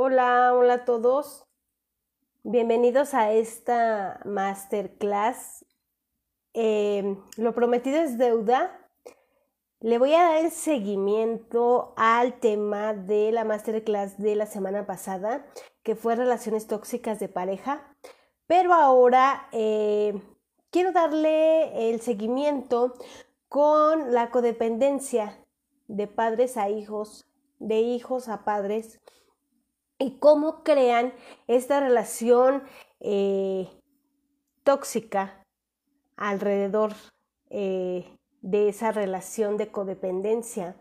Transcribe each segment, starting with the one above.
Hola, hola a todos. Bienvenidos a esta masterclass. Lo prometido es deuda. Le voy a dar el seguimiento al tema de la masterclass de la semana pasada, que fue relaciones tóxicas de pareja. Pero ahora quiero darle el seguimiento con la codependencia de padres a hijos, de hijos a padres, y cómo crean esta relación tóxica alrededor de esa relación de codependencia.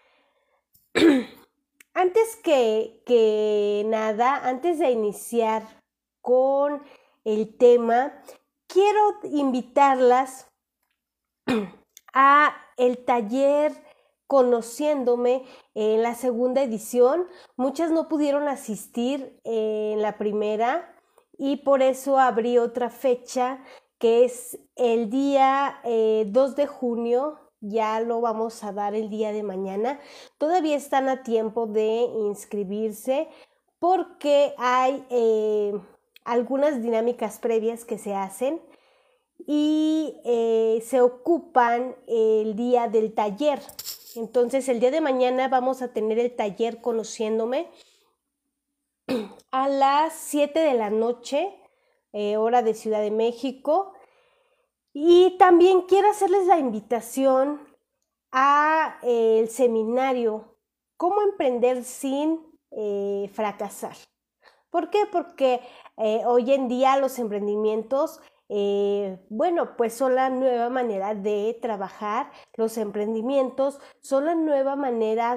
Antes que nada, antes de iniciar con el tema, quiero invitarlas a el taller Conociéndome en la segunda edición. Muchas no pudieron asistir en la primera y por eso abrí otra fecha que es el día 2 de junio. Ya lo vamos a dar el día de mañana. Todavía están a tiempo de inscribirse porque hay algunas dinámicas previas que se hacen y se ocupan el día del taller. Entonces el día de mañana vamos a tener el taller Conociéndome a las 7 de la noche, hora de Ciudad de México. Y también quiero hacerles la invitación a el seminario Cómo emprender sin fracasar. ¿Por qué? Porque hoy en día los emprendimientos pues son la nueva manera de trabajar. Los emprendimientos son la nueva manera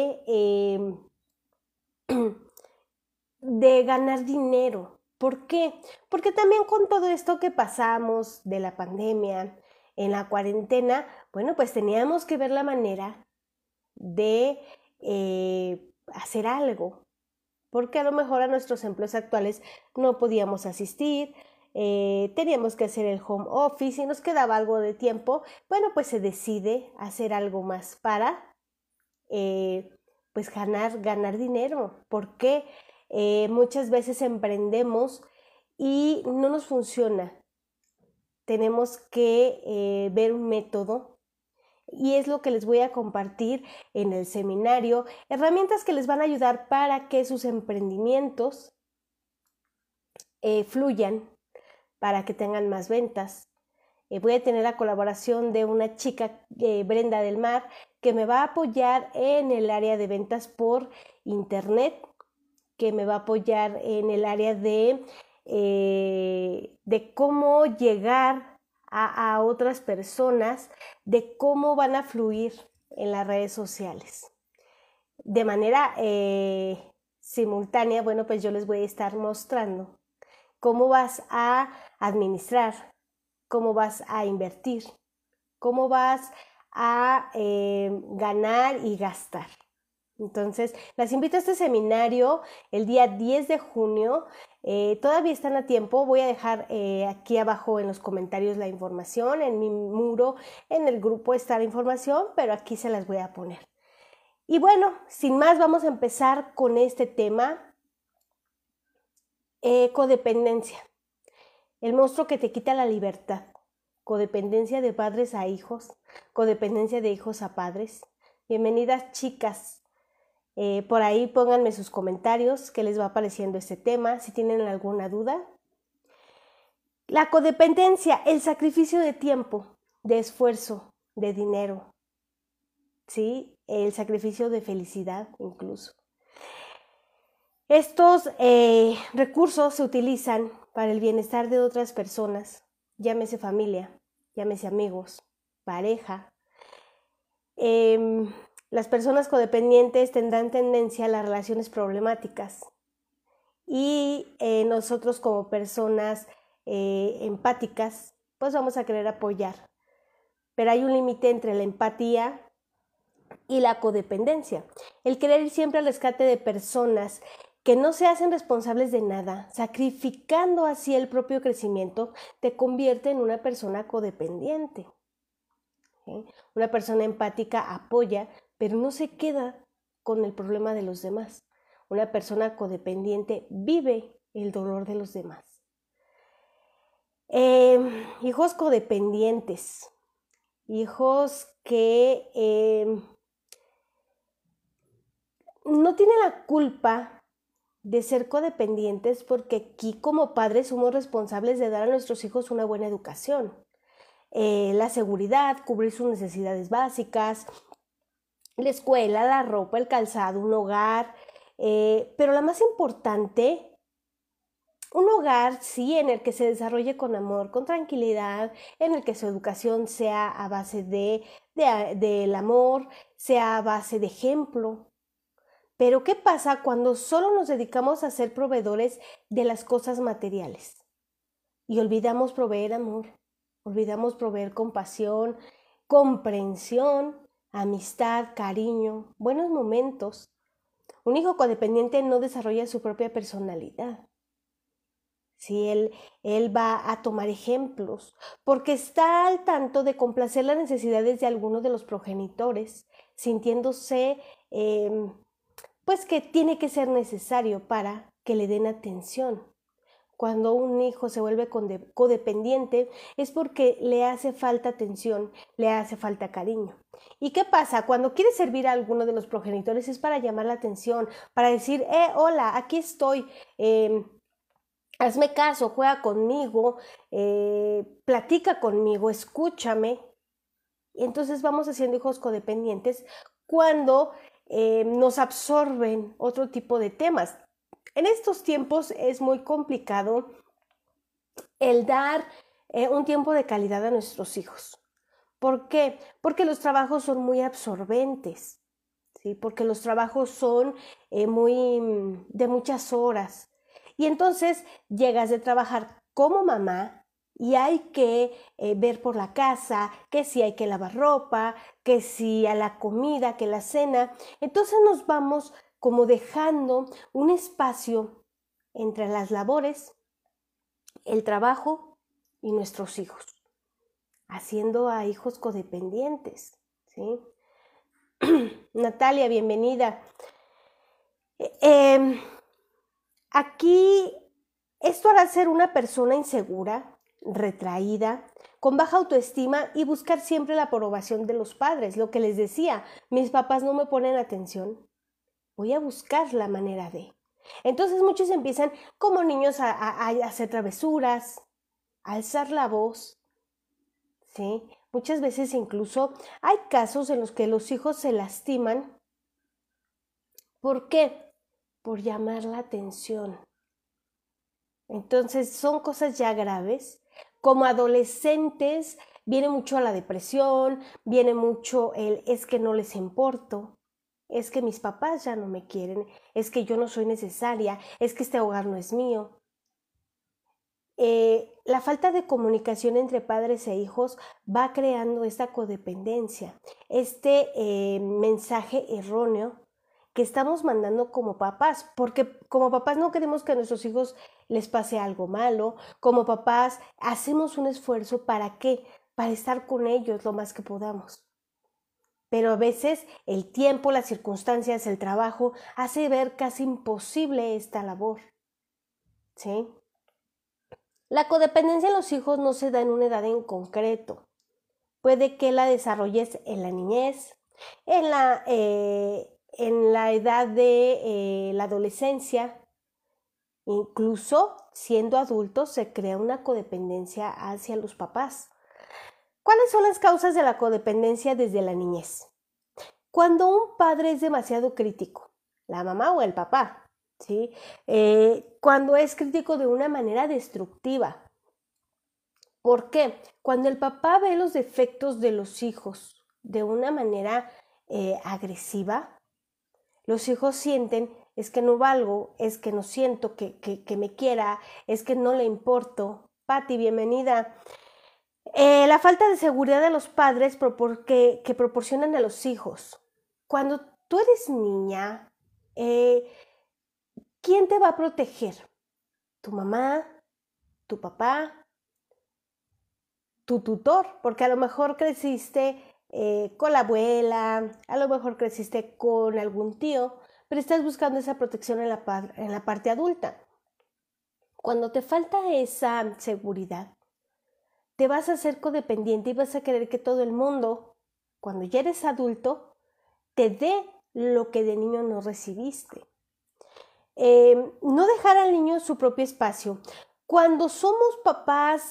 de ganar dinero. ¿Por qué? Porque también con todo esto que pasamos de la pandemia, en la cuarentena, bueno, pues teníamos que ver la manera de hacer algo, porque a lo mejor a nuestros empleos actuales no podíamos asistir, teníamos que hacer el home office y nos quedaba algo de tiempo. Bueno, pues se decide hacer algo más para pues ganar dinero, porque muchas veces emprendemos y no nos funciona. Tenemos que ver un método y es lo que les voy a compartir en el seminario, herramientas que les van a ayudar para que sus emprendimientos fluyan, para que tengan más ventas. Voy a tener la colaboración de una chica, Brenda del Mar, que me va a apoyar en el área de ventas por internet, que me va a apoyar en el área de cómo llegar a otras personas, de cómo van a fluir en las redes sociales. De manera simultánea, bueno, pues yo les voy a estar mostrando cómo vas a administrar, cómo vas a invertir, cómo vas a ganar y gastar. Entonces, las invito a este seminario el día 10 de junio. Todavía están a tiempo. Voy a dejar aquí abajo en los comentarios la información. En mi muro, en el grupo está la información, pero aquí se las voy a poner. Y bueno, sin más, vamos a empezar con este tema. Codependencia. El monstruo que te quita la libertad. Codependencia de padres a hijos. Codependencia de hijos a padres. Bienvenidas, chicas. Por ahí pónganme sus comentarios, qué les va pareciendo este tema, si tienen alguna duda. La codependencia, el sacrificio de tiempo, de esfuerzo, de dinero, ¿sí? El sacrificio de felicidad incluso. Estos recursos se utilizan para el bienestar de otras personas, llámese familia, llámese amigos, pareja. Las personas codependientes tendrán tendencia a las relaciones problemáticas y nosotros como personas empáticas pues vamos a querer apoyar, pero hay un límite entre la empatía y la codependencia, el querer ir siempre al rescate de personas que no se hacen responsables de nada, sacrificando así el propio crecimiento, te convierte en una persona codependiente. ¿Sí? Una persona empática apoya, pero no se queda con el problema de los demás. Una persona codependiente vive el dolor de los demás. Hijos codependientes, hijos que no tienen la culpa de ser codependientes, porque aquí como padres somos responsables de dar a nuestros hijos una buena educación, la seguridad, cubrir sus necesidades básicas, la escuela, la ropa, el calzado, un hogar, pero la más importante, un hogar, sí, en el que se desarrolle con amor, con tranquilidad, en el que su educación sea a base del amor, sea a base de ejemplo. Pero ¿qué pasa cuando solo nos dedicamos a ser proveedores de las cosas materiales? Y olvidamos proveer amor, olvidamos proveer compasión, comprensión, amistad, cariño, buenos momentos. Un hijo codependiente no desarrolla su propia personalidad. Si él va a tomar ejemplos, porque está al tanto de complacer las necesidades de algunos de los progenitores, sintiéndose pues que tiene que ser necesario para que le den atención. Cuando un hijo se vuelve codependiente es porque le hace falta atención, le hace falta cariño. ¿Y qué pasa? Cuando quiere servir a alguno de los progenitores es para llamar la atención, para decir, hola, aquí estoy, hazme caso, juega conmigo, platica conmigo, escúchame. Entonces vamos haciendo hijos codependientes cuando nos absorben otro tipo de temas. En estos tiempos es muy complicado el dar un tiempo de calidad a nuestros hijos. ¿Por qué? Porque los trabajos son muy absorbentes, ¿sí? Porque los trabajos son de muchas horas. Y entonces llegas de trabajar como mamá y hay que ver por la casa, que si hay que lavar ropa, que si a la comida, que la cena. Entonces nos vamos como dejando un espacio entre las labores, el trabajo y nuestros hijos, haciendo a hijos codependientes, ¿sí? Natalia, bienvenida. Aquí esto hará ser una persona insegura, retraída, con baja autoestima y buscar siempre la aprobación de los padres. Lo que les decía, mis papás no me ponen atención, voy a buscar la manera de. Entonces muchos empiezan como niños a hacer travesuras, a alzar la voz, ¿sí? Muchas veces incluso hay casos en los que los hijos se lastiman. ¿Por qué? Por llamar la atención. Entonces son cosas ya graves. Como adolescentes viene mucho la depresión, viene mucho el es que no les importo, es que mis papás ya no me quieren, es que yo no soy necesaria, es que este hogar no es mío. La falta de comunicación entre padres e hijos va creando esta codependencia, este mensaje erróneo que estamos mandando como papás, porque como papás no queremos que a nuestros hijos les pase algo malo, como papás hacemos un esfuerzo ¿para qué? Para estar con ellos lo más que podamos. Pero a veces el tiempo, las circunstancias, el trabajo hace ver casi imposible esta labor, ¿sí? La codependencia en los hijos no se da en una edad en concreto. Puede que la desarrolles en la niñez, en la edad de la adolescencia. Incluso siendo adultos se crea una codependencia hacia los papás. ¿Cuáles son las causas de la codependencia desde la niñez? Cuando un padre es demasiado crítico, la mamá o el papá, ¿sí? Cuando es crítico de una manera destructiva. ¿Por qué? Cuando el papá ve los defectos de los hijos de una manera agresiva, los hijos sienten, es que no valgo, es que no siento que me quiera, es que no le importo. Pati, bienvenida. La falta de seguridad de los padres que proporcionan a los hijos. Cuando tú eres niña, ¿quién te va a proteger? ¿Tu mamá? ¿Tu papá? ¿Tu tutor? Porque a lo mejor creciste con la abuela, a lo mejor creciste con algún tío, pero estás buscando esa protección en la parte adulta. Cuando te falta esa seguridad, te vas a hacer codependiente y vas a querer que todo el mundo, cuando ya eres adulto, te dé lo que de niño no recibiste. No dejar al niño su propio espacio. Cuando somos papás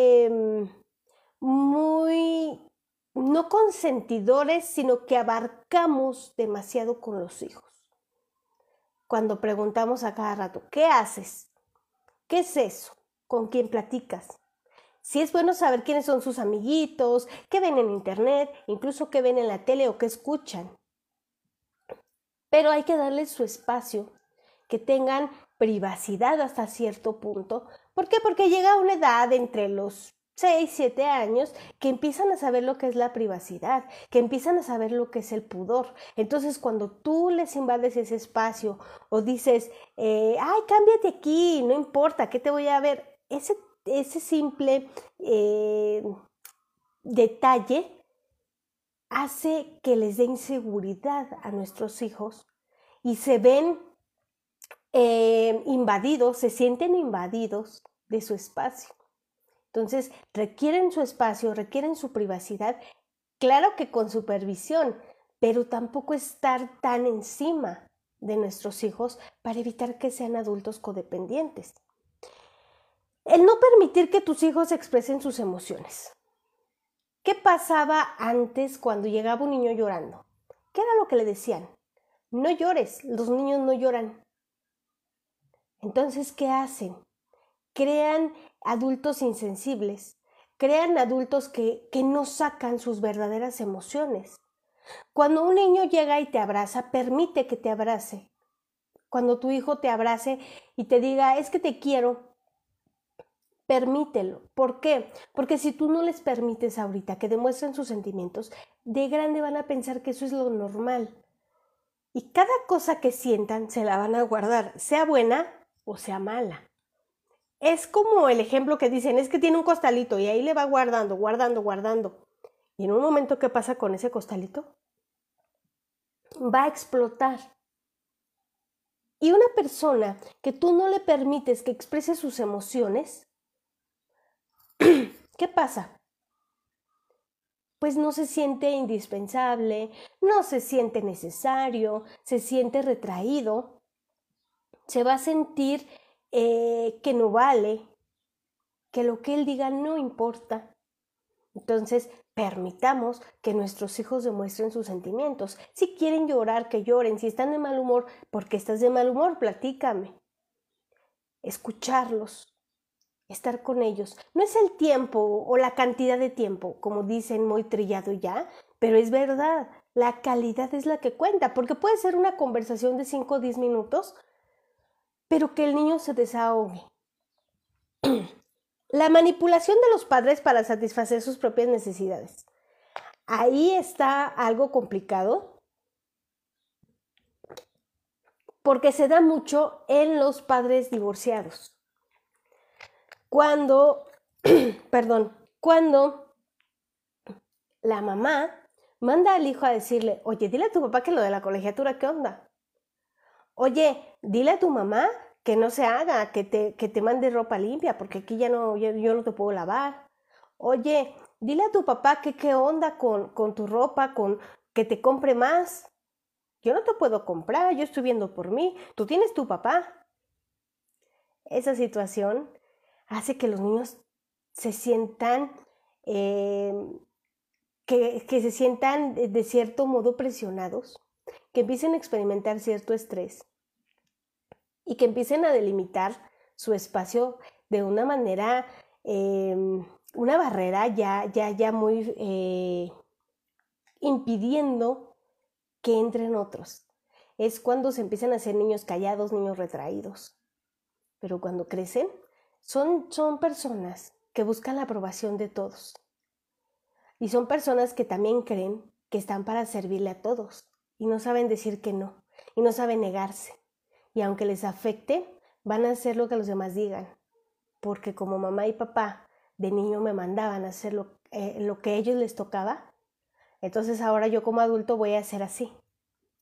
muy no consentidores, sino que abarcamos demasiado con los hijos. Cuando preguntamos a cada rato, ¿qué haces? ¿Qué es eso? ¿Con quién platicas? Sí es bueno saber quiénes son sus amiguitos, qué ven en internet, incluso qué ven en la tele o qué escuchan. Pero hay que darles su espacio, que tengan privacidad hasta cierto punto. ¿Por qué? Porque llega una edad entre los 6, 7 años que empiezan a saber lo que es la privacidad, que empiezan a saber lo que es el pudor. Entonces, cuando tú les invades ese espacio o dices, ay, cámbiate aquí, no importa, ¿qué te voy a ver? Ese simple detalle hace que les dé inseguridad a nuestros hijos y se ven invadidos, se sienten invadidos de su espacio. Entonces, requieren su espacio, requieren su privacidad, claro que con supervisión, pero tampoco estar tan encima de nuestros hijos para evitar que sean adultos codependientes. El no permitir que tus hijos expresen sus emociones. ¿Qué pasaba antes cuando llegaba un niño llorando? ¿Qué era lo que le decían? No llores, los niños no lloran. Entonces, ¿qué hacen? Crean adultos insensibles, crean adultos que no sacan sus verdaderas emociones. Cuando un niño llega y te abraza, permite que te abrace. Cuando tu hijo te abrace y te diga, es que te quiero, permítelo. ¿Por qué? Porque si tú no les permites ahorita que demuestren sus sentimientos, de grande van a pensar que eso es lo normal. Y cada cosa que sientan se la van a guardar, sea buena o sea mala. Es como el ejemplo que dicen, es que tiene un costalito y ahí le va guardando, guardando, guardando. Y en un momento, ¿qué pasa con ese costalito? Va a explotar. Y una persona que tú no le permites que exprese sus emociones, ¿qué pasa? Pues no se siente indispensable, no se siente necesario, se siente retraído, se va a sentir que no vale, que lo que él diga no importa. Entonces, permitamos que nuestros hijos demuestren sus sentimientos. Si quieren llorar, que lloren. Si están de mal humor, ¿por qué estás de mal humor? Platícame. Escucharlos, estar con ellos. No es el tiempo o la cantidad de tiempo, como dicen muy trillado ya, pero es verdad. La calidad es la que cuenta, porque puede ser una conversación de 5 o 10 minutos, pero que el niño se desahogue. La manipulación de los padres para satisfacer sus propias necesidades. Ahí está algo complicado porque se da mucho en los padres divorciados. Cuando la mamá manda al hijo a decirle, oye, dile a tu papá que lo de la colegiatura, ¿qué onda? Oye, dile a tu mamá que no se haga, que te mande ropa limpia, porque aquí yo no te puedo lavar. Oye, dile a tu papá que qué onda con tu ropa, con que te compre más. Yo no te puedo comprar, yo estoy viendo por mí. Tú tienes tu papá. Esa situación hace que los niños se sientan, que se sientan de cierto modo presionados, que empiecen a experimentar cierto estrés y que empiecen a delimitar su espacio de una manera, una barrera ya muy impidiendo que entren otros. Es cuando se empiezan a ser niños callados, niños retraídos. Pero cuando crecen, son personas que buscan la aprobación de todos. Y son personas que también creen que están para servirle a todos y no saben decir que no, y no saben negarse. Y aunque les afecte, van a hacer lo que los demás digan. Porque como mamá y papá de niño me mandaban a hacer lo que a ellos les tocaba, entonces ahora yo como adulto voy a hacer así.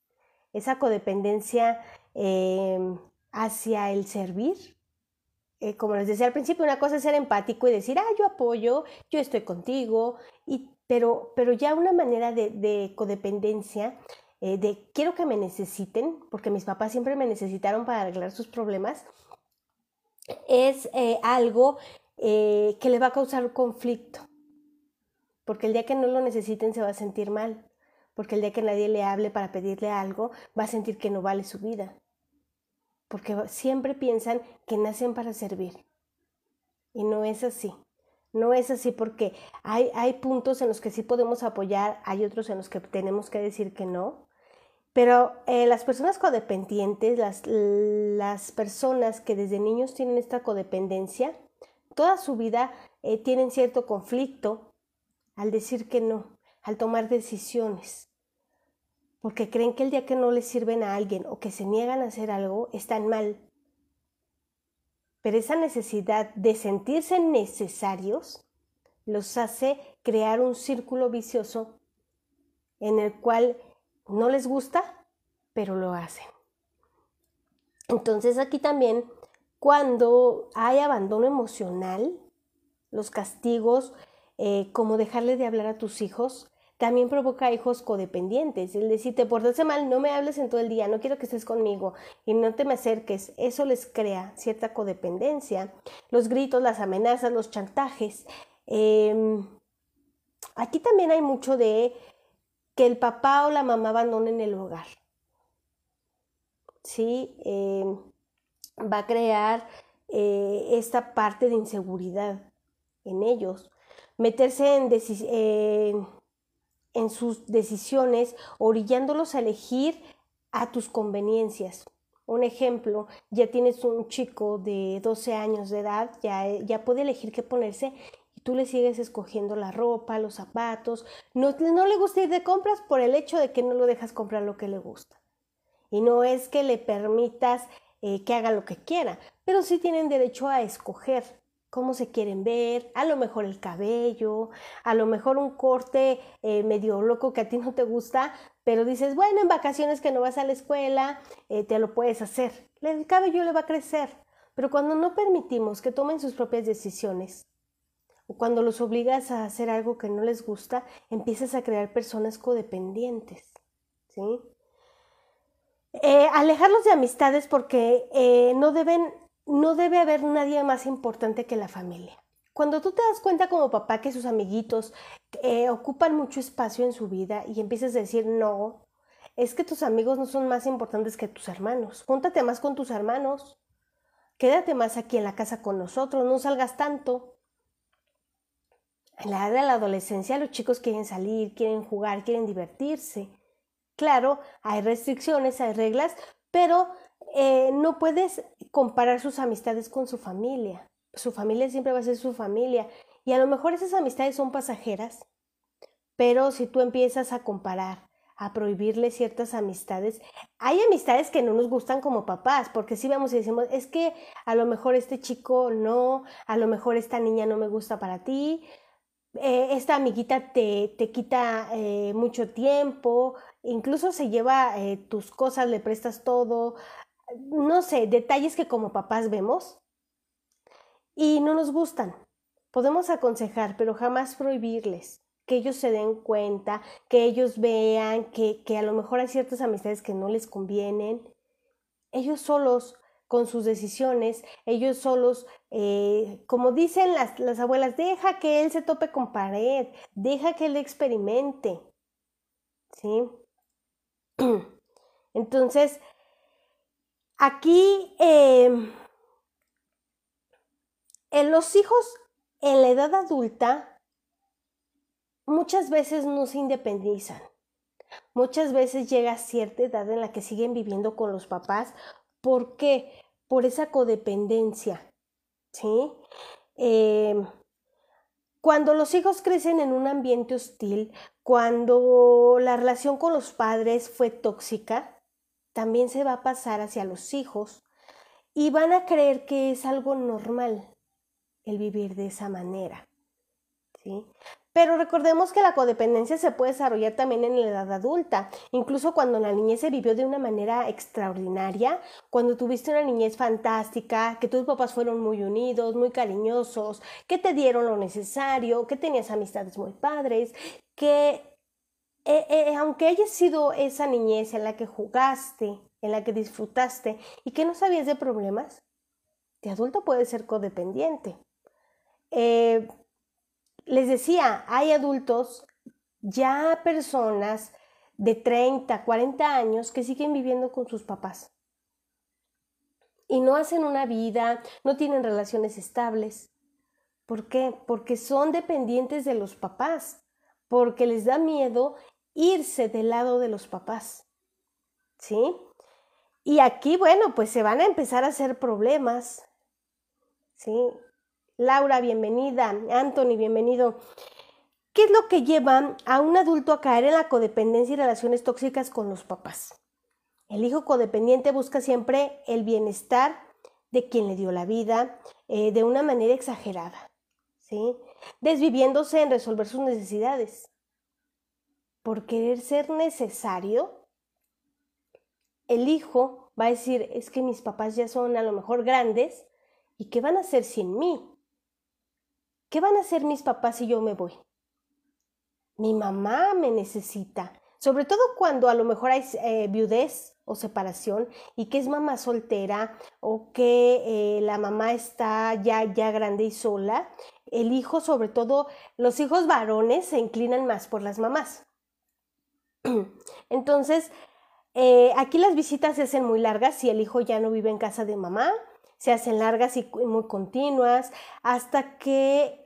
esa codependencia hacia el servir. Como les decía al principio, una cosa es ser empático y decir, yo apoyo, yo estoy contigo, pero ya una manera de codependencia, de quiero que me necesiten, porque mis papás siempre me necesitaron para arreglar sus problemas, es algo que le va a causar conflicto, porque el día que no lo necesiten se va a sentir mal, porque el día que nadie le hable para pedirle algo, va a sentir que no vale su vida, porque siempre piensan que nacen para servir, y no es así. No es así porque hay puntos en los que sí podemos apoyar, hay otros en los que tenemos que decir que no, pero las personas codependientes, las personas que desde niños tienen esta codependencia, toda su vida tienen cierto conflicto al decir que no, al tomar decisiones, porque creen que el día que no les sirven a alguien o que se niegan a hacer algo, están mal. Pero esa necesidad de sentirse necesarios los hace crear un círculo vicioso en el cual no les gusta, pero lo hacen. Entonces aquí también, cuando hay abandono emocional, los castigos, como dejarle de hablar a tus hijos, también provoca hijos codependientes. El decir, te portaste mal, no me hables en todo el día, no quiero que estés conmigo y no te me acerques. Eso les crea cierta codependencia. Los gritos, las amenazas, los chantajes. Aquí también hay mucho de que el papá o la mamá abandonen el hogar. ¿Sí? Va a crear esta parte de inseguridad en ellos. Meterse en sus decisiones, orillándolos a elegir a tus conveniencias. Un ejemplo, ya tienes un chico de 12 años de edad, ya puede elegir qué ponerse y tú le sigues escogiendo la ropa, los zapatos. No le gusta ir de compras por el hecho de que no lo dejas comprar lo que le gusta. Y no es que le permitas que haga lo que quiera, pero sí tienen derecho a escoger cómo se quieren ver, a lo mejor el cabello, a lo mejor un corte medio loco que a ti no te gusta, pero dices, bueno, en vacaciones que no vas a la escuela, te lo puedes hacer. El cabello le va a crecer, pero cuando no permitimos que tomen sus propias decisiones, o cuando los obligas a hacer algo que no les gusta, empiezas a crear personas codependientes, ¿sí? Alejarlos de amistades porque no debe haber nadie más importante que la familia. Cuando tú te das cuenta como papá que sus amiguitos ocupan mucho espacio en su vida y empiezas a decir no, es que tus amigos no son más importantes que tus hermanos. Júntate más con tus hermanos, quédate más aquí en la casa con nosotros, no salgas tanto. En la edad de la adolescencia los chicos quieren salir, quieren jugar, quieren divertirse. Claro, hay restricciones, hay reglas, pero no puedes comparar sus amistades con su familia. Su familia siempre va a ser su familia. Y a lo mejor esas amistades son pasajeras, pero si tú empiezas a comparar, a prohibirle ciertas amistades, hay amistades que no nos gustan como papás, porque si vamos y decimos, es que a lo mejor este chico no, a lo mejor esta niña no me gusta para ti, esta amiguita te quita mucho tiempo, incluso se lleva tus cosas, le prestas todo, no sé, detalles que como papás vemos y no nos gustan. Podemos aconsejar, pero jamás prohibirles, que ellos se den cuenta, que ellos vean que a lo mejor hay ciertas amistades que no les convienen. Ellos solos con sus decisiones, ellos solos, como dicen las abuelas, deja que él se tope con pared, deja que él experimente, ¿sí? Entonces, aquí en los hijos en la edad adulta muchas veces no se independizan, muchas veces llega a cierta edad en la que siguen viviendo con los papás. ¿Por qué? Por esa codependencia, ¿sí? Cuando los hijos crecen en un ambiente hostil, cuando la relación con los padres fue tóxica, también se va a pasar hacia los hijos y van a creer que es algo normal el vivir de esa manera, ¿sí? Pero recordemos que la codependencia se puede desarrollar también en la edad adulta, incluso cuando la niñez se vivió de una manera extraordinaria, cuando tuviste una niñez fantástica, que tus papás fueron muy unidos, muy cariñosos, que te dieron lo necesario, que tenías amistades muy padres, que aunque haya sido esa niñez en la que jugaste, en la que disfrutaste y que no sabías de problemas, de adulto puedes ser codependiente. Les decía, hay adultos, ya personas de 30, 40 años que siguen viviendo con sus papás y no hacen una vida, no tienen relaciones estables. ¿Por qué? Porque son dependientes de los papás, porque les da miedo irse del lado de los papás, ¿sí? Y aquí, bueno, pues se van a empezar a hacer problemas, ¿sí? Laura, bienvenida. Anthony, bienvenido. ¿Qué es lo que lleva a un adulto a caer en la codependencia y relaciones tóxicas con los papás? El hijo codependiente busca siempre el bienestar de quien le dio la vida de una manera exagerada, ¿sí? Desviviéndose en resolver sus necesidades. Por querer ser necesario, el hijo va a decir, es que mis papás ya son a lo mejor grandes, ¿y qué van a hacer sin mí? ¿Qué van a hacer mis papás si yo me voy? Mi mamá me necesita, sobre todo cuando a lo mejor hay viudez o separación y que es mamá soltera o que la mamá está ya grande y sola. El hijo, sobre todo los hijos varones, se inclinan más por las mamás. Entonces, aquí las visitas se hacen muy largas si el hijo ya no vive en casa de mamá, se hacen largas y muy continuas hasta que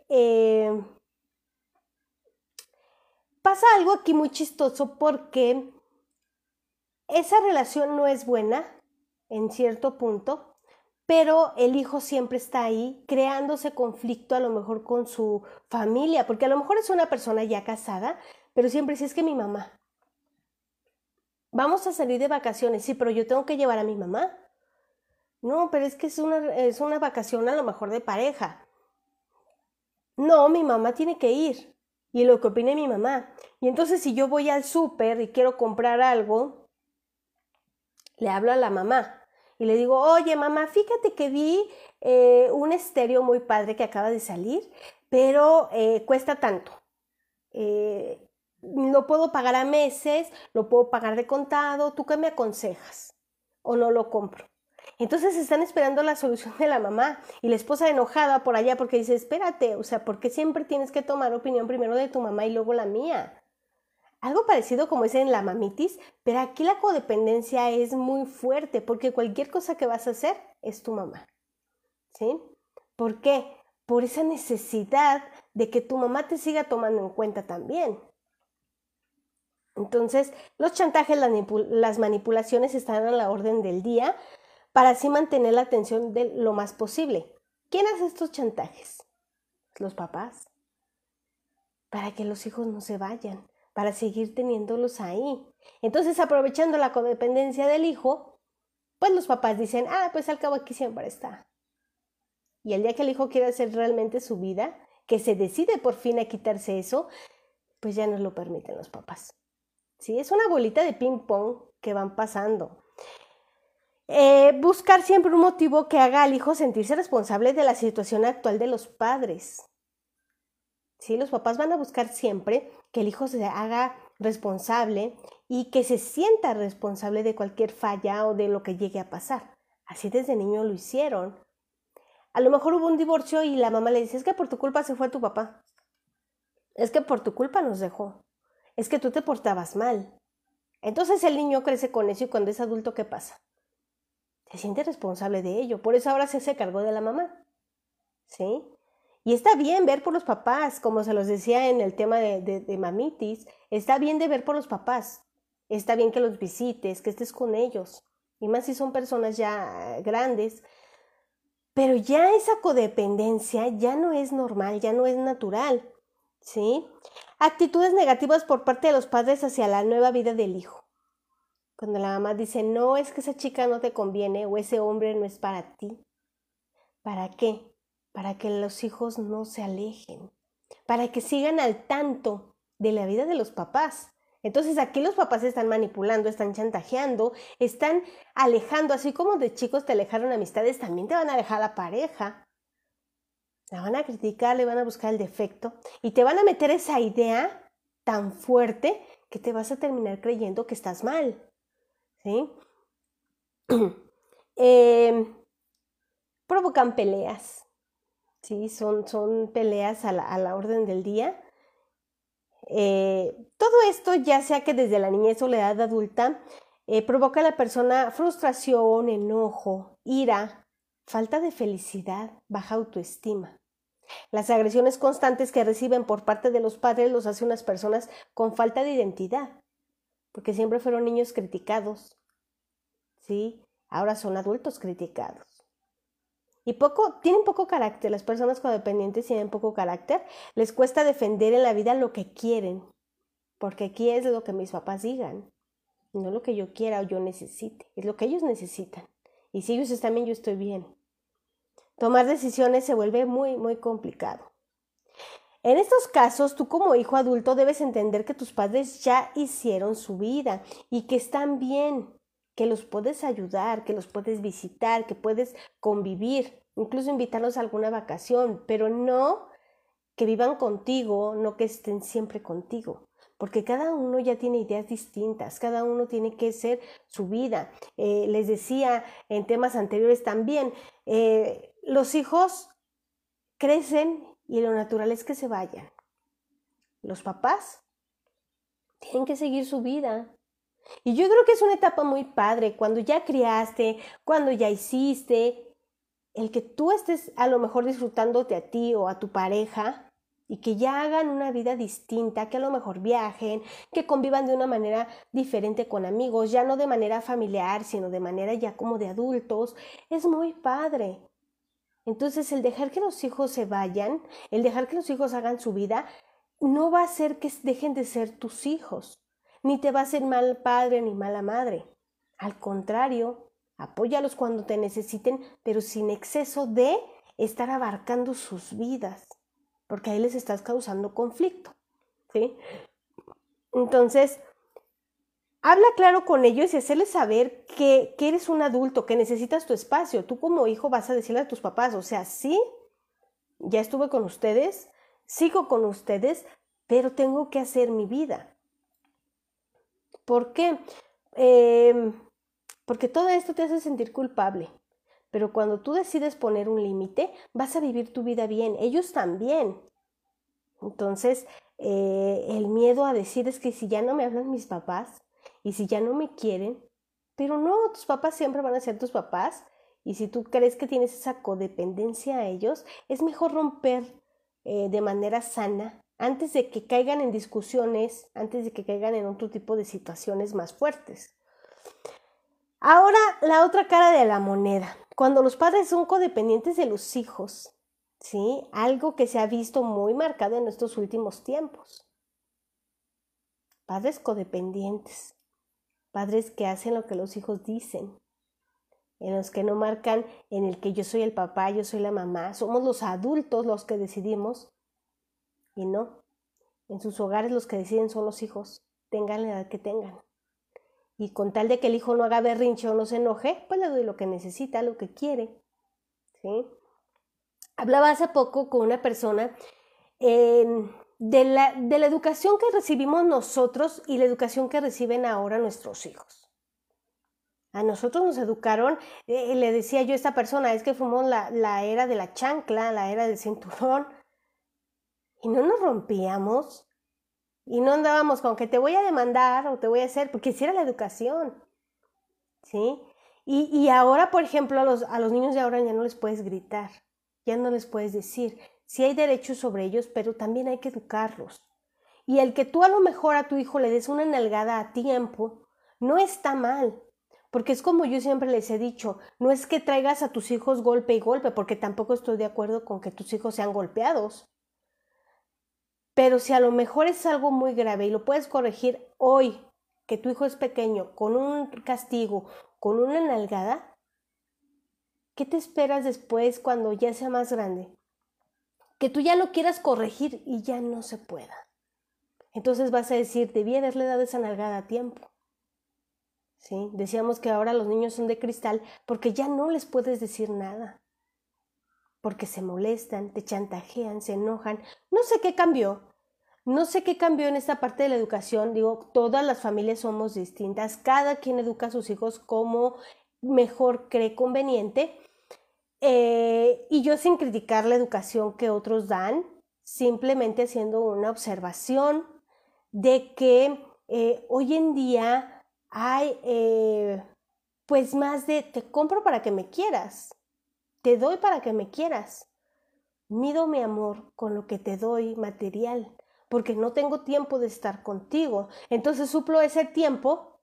pasa algo aquí muy chistoso porque esa relación no es buena en cierto punto, pero el hijo siempre está ahí creándose conflicto a lo mejor con su familia, porque a lo mejor es una persona ya casada, pero siempre dice, es que mi mamá, vamos a salir de vacaciones, sí, pero yo tengo que llevar a mi mamá. No, pero es que es una vacación a lo mejor de pareja. No, mi mamá tiene que ir. Y lo que opine mi mamá. Y entonces si yo voy al súper y quiero comprar algo, le hablo a la mamá y le digo, oye mamá, fíjate que vi un estéreo muy padre que acaba de salir, pero cuesta tanto. Lo puedo pagar a meses, lo puedo pagar de contado, ¿tú qué me aconsejas? ¿O no lo compro? Entonces están esperando la solución de la mamá y la esposa enojada por allá porque dice, espérate, o sea, ¿por qué siempre tienes que tomar opinión primero de tu mamá y luego la mía? Algo parecido como es en la mamitis, pero aquí la codependencia es muy fuerte porque cualquier cosa que vas a hacer es tu mamá, ¿sí? ¿Por qué? Por esa necesidad de que tu mamá te siga tomando en cuenta también. Entonces, los chantajes, las manipulaciones están a la orden del día para así mantener la atención de lo más posible. ¿Quién hace estos chantajes? Los papás. Para que los hijos no se vayan, para seguir teniéndolos ahí. Entonces, aprovechando la codependencia del hijo, pues los papás dicen, pues al cabo aquí siempre está. Y el día que el hijo quiere hacer realmente su vida, que se decide por fin a quitarse eso, pues ya no lo permiten los papás. ¿Sí? Es una bolita de ping pong que van pasando. Buscar siempre un motivo que haga al hijo sentirse responsable de la situación actual de los padres. ¿Sí? Los papás van a buscar siempre que el hijo se haga responsable y que se sienta responsable de cualquier falla o de lo que llegue a pasar. Así desde niño lo hicieron. A lo mejor hubo un divorcio y la mamá le dice, es que por tu culpa se fue tu papá. Es que por tu culpa nos dejó. Es que tú te portabas mal. Entonces el niño crece con eso y cuando es adulto, ¿qué pasa? Se siente responsable de ello. Por eso ahora se hace cargo de la mamá. ¿Sí? Y está bien ver por los papás, como se los decía en el tema de mamitis. Está bien de ver por los papás. Está bien que los visites, que estés con ellos. Y más si son personas ya grandes. Pero ya esa codependencia ya no es normal, ya no es natural. ¿Sí? Actitudes negativas por parte de los padres hacia la nueva vida del hijo. Cuando la mamá dice, no, es que esa chica no te conviene o ese hombre no es para ti. ¿Para qué? Para que los hijos no se alejen. para que sigan al tanto de la vida de los papás. Entonces aquí los papás están manipulando, están chantajeando, están alejando, así como de chicos te alejaron amistades, también te van a alejar a la pareja. La van a criticar, le van a buscar el defecto y te van a meter esa idea tan fuerte que te vas a terminar creyendo que estás mal, ¿sí? Provocan peleas, ¿sí? Son peleas a la orden del día. Todo esto, ya sea que desde la niñez o la edad adulta, provoca a la persona frustración, enojo, ira, falta de felicidad, baja autoestima. Las agresiones constantes que reciben por parte de los padres los hace unas personas con falta de identidad, porque siempre fueron niños criticados, ¿sí? Ahora son adultos criticados. Y tienen poco carácter, las personas codependientes tienen poco carácter, les cuesta defender en la vida lo que quieren, porque aquí es lo que mis papás digan, no lo que yo quiera o yo necesite, es lo que ellos necesitan. Y si ellos están bien, yo estoy bien. Tomar decisiones se vuelve muy, muy complicado. En estos casos, tú como hijo adulto debes entender que tus padres ya hicieron su vida y que están bien, que los puedes ayudar, que los puedes visitar, que puedes convivir, incluso invitarlos a alguna vacación, pero no que vivan contigo, no que estén siempre contigo, porque cada uno ya tiene ideas distintas, cada uno tiene que ser su vida. Les decía en temas anteriores también, los hijos crecen y lo natural es que se vayan. Los papás tienen que seguir su vida. Y yo creo que es una etapa muy padre, cuando ya criaste, cuando ya hiciste, el que tú estés a lo mejor disfrutándote a ti o a tu pareja y que ya hagan una vida distinta, que a lo mejor viajen, que convivan de una manera diferente con amigos, ya no de manera familiar, sino de manera ya como de adultos, es muy padre. Entonces el dejar que los hijos se vayan, el dejar que los hijos hagan su vida, no va a hacer que dejen de ser tus hijos, ni te va a hacer mal padre ni mala madre. Al contrario, apóyalos cuando te necesiten, pero sin exceso de estar abarcando sus vidas, porque ahí les estás causando conflicto, ¿sí? Entonces, habla claro con ellos y hacerles saber que eres un adulto, que necesitas tu espacio. Tú como hijo vas a decirle a tus papás, o sea, sí, ya estuve con ustedes, sigo con ustedes, pero tengo que hacer mi vida. ¿Por qué? Porque todo esto te hace sentir culpable. Pero cuando tú decides poner un límite, vas a vivir tu vida bien. Ellos también. Entonces, el miedo a decir es que si ya no me hablan mis papás y si ya no me quieren, pero no, tus papás siempre van a ser tus papás. Y si tú crees que tienes esa codependencia a ellos, es mejor romper de manera sana antes de que caigan en discusiones, antes de que caigan en otro tipo de situaciones más fuertes. Ahora, la otra cara de la moneda. Cuando los padres son codependientes de los hijos, ¿sí? Algo que se ha visto muy marcado en estos últimos tiempos. Padres codependientes. Padres que hacen lo que los hijos dicen. En los que no marcan en el que yo soy el papá, yo soy la mamá. Somos los adultos los que decidimos. Y no. En sus hogares los que deciden son los hijos. Tengan la edad que tengan. Y con tal de que el hijo no haga berrinche o no se enoje, pues le doy lo que necesita, lo que quiere, ¿sí? Hablaba hace poco con una persona de la educación que recibimos nosotros y la educación que reciben ahora nuestros hijos. A nosotros nos educaron, le decía yo a esta persona, es que fuimos la era de la chancla, la era del cinturón, y no nos rompíamos. Y no andábamos con que te voy a demandar o te voy a hacer, porque esa era la educación, ¿sí? Y ahora, por ejemplo, a los niños de ahora ya no les puedes gritar, ya no les puedes decir. Sí hay derechos sobre ellos, pero también hay que educarlos. Y el que tú a lo mejor a tu hijo le des una nalgada a tiempo, no está mal. Porque es como yo siempre les he dicho, no es que traigas a tus hijos golpe y golpe, porque tampoco estoy de acuerdo con que tus hijos sean golpeados. Pero si a lo mejor es algo muy grave y lo puedes corregir hoy, que tu hijo es pequeño, con un castigo, con una nalgada, ¿qué te esperas después cuando ya sea más grande? que tú ya lo quieras corregir y ya no se pueda. Entonces vas a decir, debí haberle dado esa nalgada a tiempo. ¿Sí? Decíamos que ahora los niños son de cristal porque ya no les puedes decir nada. Porque se molestan, te chantajean, se enojan. No sé qué cambió. No sé qué cambió en esta parte de la educación. Digo, todas las familias somos distintas. Cada quien educa a sus hijos como mejor cree conveniente. Y yo sin criticar la educación que otros dan, simplemente haciendo una observación de que hoy en día hay pues más de te compro para que me quieras, te doy para que me quieras, mido mi amor con lo que te doy material, porque no tengo tiempo de estar contigo, entonces suplo ese tiempo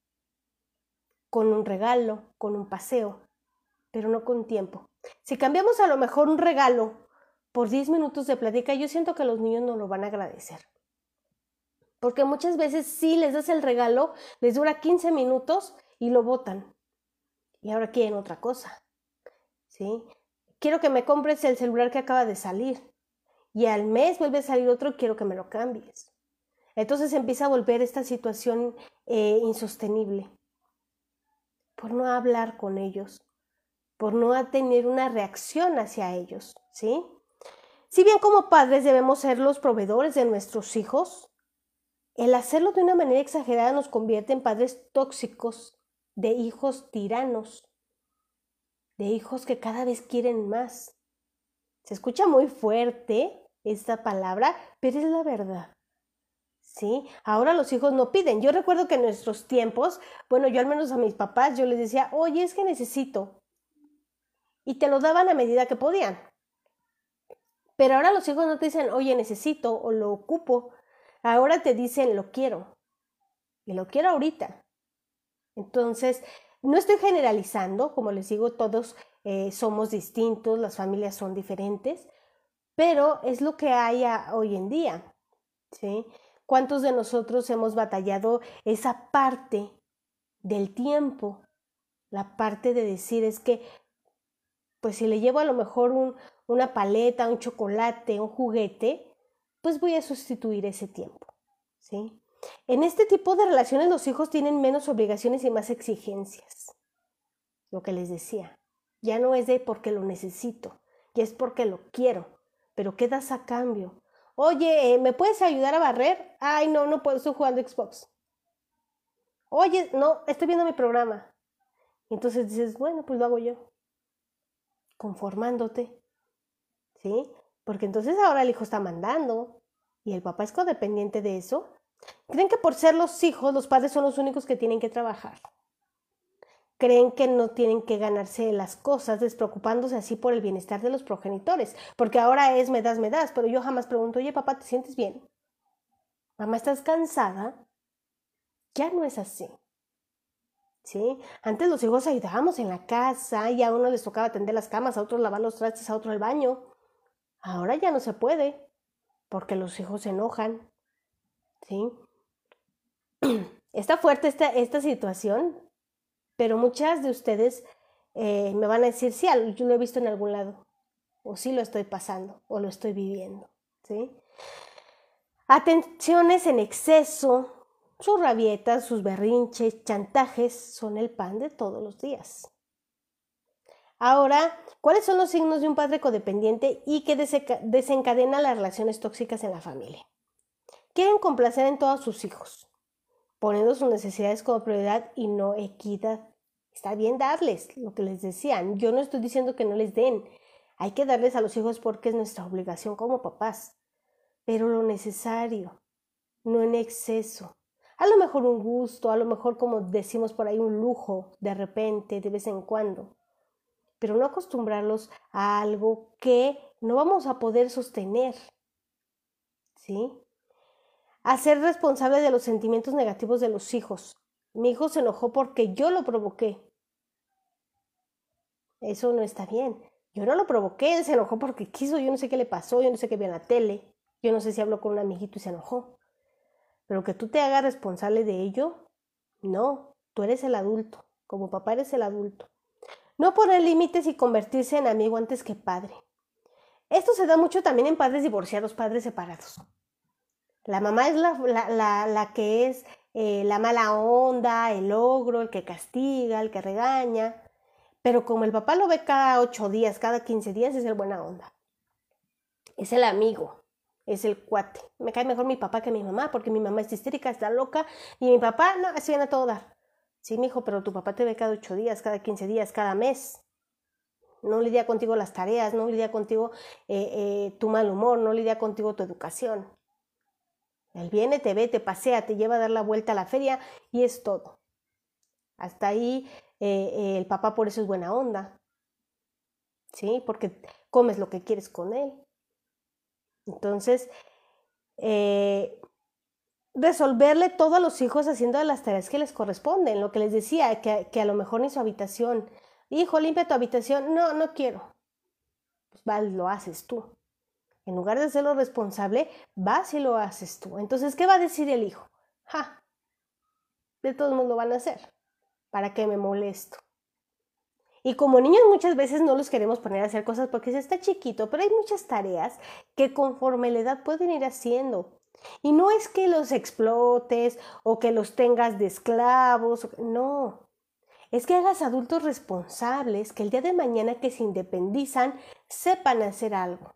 con un regalo, con un paseo, pero no con tiempo. Si cambiamos a lo mejor un regalo por 10 minutos de plática, yo siento que los niños no lo van a agradecer. Porque muchas veces sí les das el regalo, les dura 15 minutos y lo botan. Y ahora quieren otra cosa. ¿Sí? Quiero que me compres el celular que acaba de salir. Y al mes vuelve a salir otro, quiero que me lo cambies. Entonces empieza a volver esta situación insostenible. Por no hablar con ellos. Por no tener una reacción hacia ellos. ¿Sí? Si bien como padres debemos ser los proveedores de nuestros hijos, el hacerlo de una manera exagerada nos convierte en padres tóxicos, de hijos tiranos, de hijos que cada vez quieren más. Se escucha muy fuerte esta palabra, pero es la verdad. ¿Sí? Ahora los hijos no piden. Yo recuerdo que en nuestros tiempos, bueno, yo al menos a mis papás, yo les decía, oye, es que necesito. Y te lo daban a medida que podían. Pero ahora los hijos no te dicen, oye, necesito o lo ocupo. Ahora te dicen, lo quiero. Y lo quiero ahorita. Entonces, no estoy generalizando, como les digo, todos somos distintos, las familias son diferentes, pero es lo que hay hoy en día, ¿sí? ¿Cuántos de nosotros hemos batallado esa parte del tiempo? La parte de decir es que, pues si le llevo a lo mejor una paleta, un chocolate, un juguete, pues voy a sustituir ese tiempo, ¿sí? En este tipo de relaciones los hijos tienen menos obligaciones y más exigencias. Lo que les decía, ya no es de porque lo necesito, ya es porque lo quiero. Pero ¿qué das a cambio? Oye, ¿me puedes ayudar a barrer? Ay, no, no puedo, estoy jugando Xbox. Oye, no, estoy viendo mi programa. Y entonces dices, bueno, pues lo hago yo. Conformándote, ¿sí? Porque entonces ahora el hijo está mandando y el papá es codependiente de eso. Creen que por ser los hijos, los padres son los únicos que tienen que trabajar. Creen que no tienen que ganarse las cosas, despreocupándose así por el bienestar de los progenitores. Porque ahora es me das, pero yo jamás pregunto, oye papá, ¿te sientes bien? Mamá, ¿estás cansada? Ya no es así. ¿Sí? Antes los hijos ayudábamos en la casa y a uno les tocaba tender las camas, a otros lavar los trastes, a otro el baño. Ahora ya no se puede, porque los hijos se enojan. ¿Sí? Está fuerte esta situación, pero muchas de ustedes me van a decir, sí, yo lo he visto en algún lado, o sí lo estoy pasando, o lo estoy viviendo, ¿sí? Atenciones en exceso, sus rabietas, sus berrinches, chantajes son el pan de todos los días. Ahora, ¿cuáles son los signos de un padre codependiente y que desencadena las relaciones tóxicas en la familia? Quieren complacer en todos sus hijos, poniendo sus necesidades como prioridad y no equidad. Está bien darles lo que les decían. Yo no estoy diciendo que no les den. Hay que darles a los hijos porque es nuestra obligación como papás. Pero lo necesario, no en exceso. A lo mejor un gusto, a lo mejor como decimos por ahí un lujo de repente, de vez en cuando. Pero no acostumbrarlos a algo que no vamos a poder sostener. ¿Sí? Hacer responsable de los sentimientos negativos de los hijos. Mi hijo se enojó porque yo lo provoqué. Eso no está bien. Yo no lo provoqué, él se enojó porque quiso, yo no sé qué le pasó, yo no sé qué vio en la tele, yo no sé si habló con un amiguito y se enojó. Pero que tú te hagas responsable de ello, no, tú eres el adulto, como papá eres el adulto. No poner límites y convertirse en amigo antes que padre. Esto se da mucho también en padres divorciados, padres separados. La mamá es la que es la mala onda, el ogro, el que castiga, el que regaña. Pero como el papá lo ve cada 8 días, cada 15 días, es el buena onda. Es el amigo, es el cuate. Me cae mejor mi papá que mi mamá, porque mi mamá es histérica, está loca, y mi papá, no, se viene a todo dar. Sí, mijo, pero tu papá te ve cada 8 días, cada 15 días, cada mes. No lidia contigo las tareas, no lidia contigo tu mal humor, no lidia contigo tu educación. Él viene, te ve, te pasea, te lleva a dar la vuelta a la feria y es todo. Hasta ahí el papá por eso es buena onda, ¿sí? Porque comes lo que quieres con él. Entonces, resolverle todo a los hijos haciendo las tareas que les corresponden, lo que les decía, que a lo mejor ni su habitación. Hijo, limpia tu habitación. No, no quiero. Pues va, lo haces tú. En lugar de hacerlo responsable, vas y lo haces tú. Entonces, ¿qué va a decir el hijo? Ja, de todos modos lo van a hacer. ¿Para qué me molesto? Y como niños muchas veces no los queremos poner a hacer cosas porque se está chiquito, pero hay muchas tareas que conforme la edad pueden ir haciendo. Y no es que los explotes o que los tengas de esclavos, no. Es que hagas adultos responsables que el día de mañana que se independizan sepan hacer algo.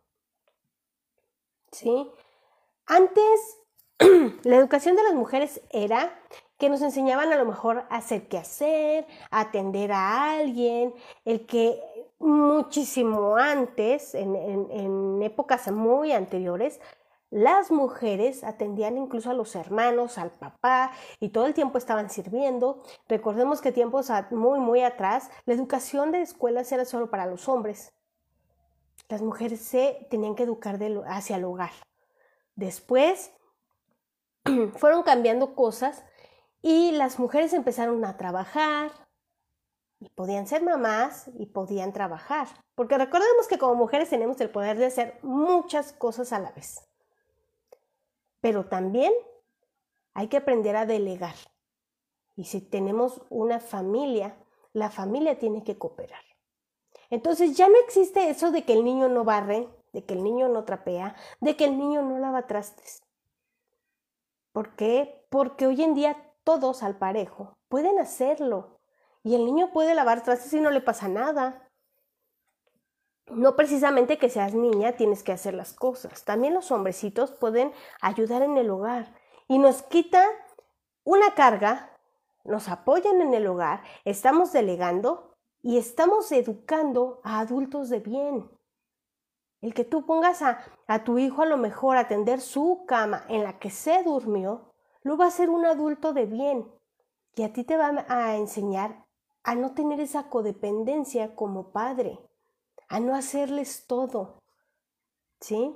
¿Sí? Antes, la educación de las mujeres era que nos enseñaban a lo mejor a hacer qué hacer, a atender a alguien, el que muchísimo antes, en épocas muy anteriores, las mujeres atendían incluso a los hermanos, al papá, y todo el tiempo estaban sirviendo. Recordemos que tiempos muy atrás, la educación de escuelas era solo para los hombres. Las mujeres se tenían que educar hacia el hogar. Después fueron cambiando cosas y las mujeres empezaron a trabajar y podían ser mamás y podían trabajar. Porque recordemos que como mujeres tenemos el poder de hacer muchas cosas a la vez. Pero también hay que aprender a delegar. Y si tenemos una familia, la familia tiene que cooperar. Entonces ya no existe eso de que el niño no barre, de que el niño no trapea, de que el niño no lava trastes. ¿Por qué? Porque hoy en día todos al parejo pueden hacerlo. Y el niño puede lavar trastes y no le pasa nada. No precisamente que seas niña tienes que hacer las cosas. También los hombrecitos pueden ayudar en el hogar. Y nos quita una carga, nos apoyan en el hogar, estamos delegando y estamos educando a adultos de bien. El que tú pongas a tu hijo a lo mejor a tender su cama en la que se durmió, lo va a hacer un adulto de bien. Y a ti te va a enseñar a no tener esa codependencia como padre, a no hacerles todo, ¿sí?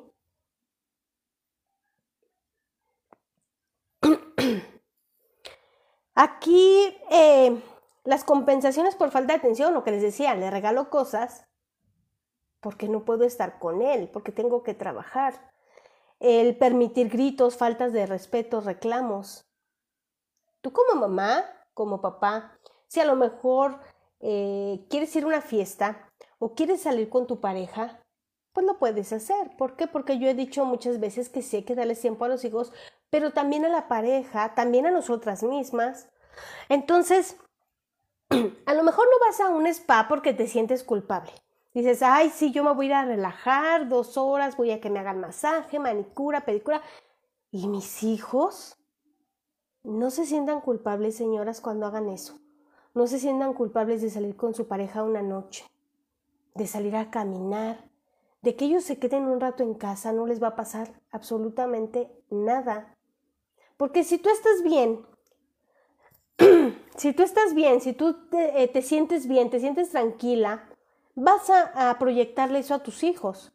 Aquí las compensaciones por falta de atención, lo que les decía, le regalo cosas porque no puedo estar con él, porque tengo que trabajar. El permitir gritos, faltas de respeto, reclamos. Tú como mamá, como papá, si a lo mejor quieres ir a una fiesta o quieres salir con tu pareja, pues lo puedes hacer. ¿Por qué? Porque yo he dicho muchas veces que sí hay que darles tiempo a los hijos, pero también a la pareja, también a nosotras mismas. Entonces, a lo mejor no vas a un spa porque te sientes culpable. Dices, ay, sí, yo me voy a ir a relajar 2 horas, voy a que me hagan masaje, manicura, pedicura. ¿Y mis hijos? No se sientan culpables, señoras, cuando hagan eso. No se sientan culpables de salir con su pareja una noche, de salir a caminar, de que ellos se queden un rato en casa, no les va a pasar absolutamente nada. Porque si tú estás bien, si tú te sientes bien, te sientes tranquila, vas a proyectarle eso a tus hijos.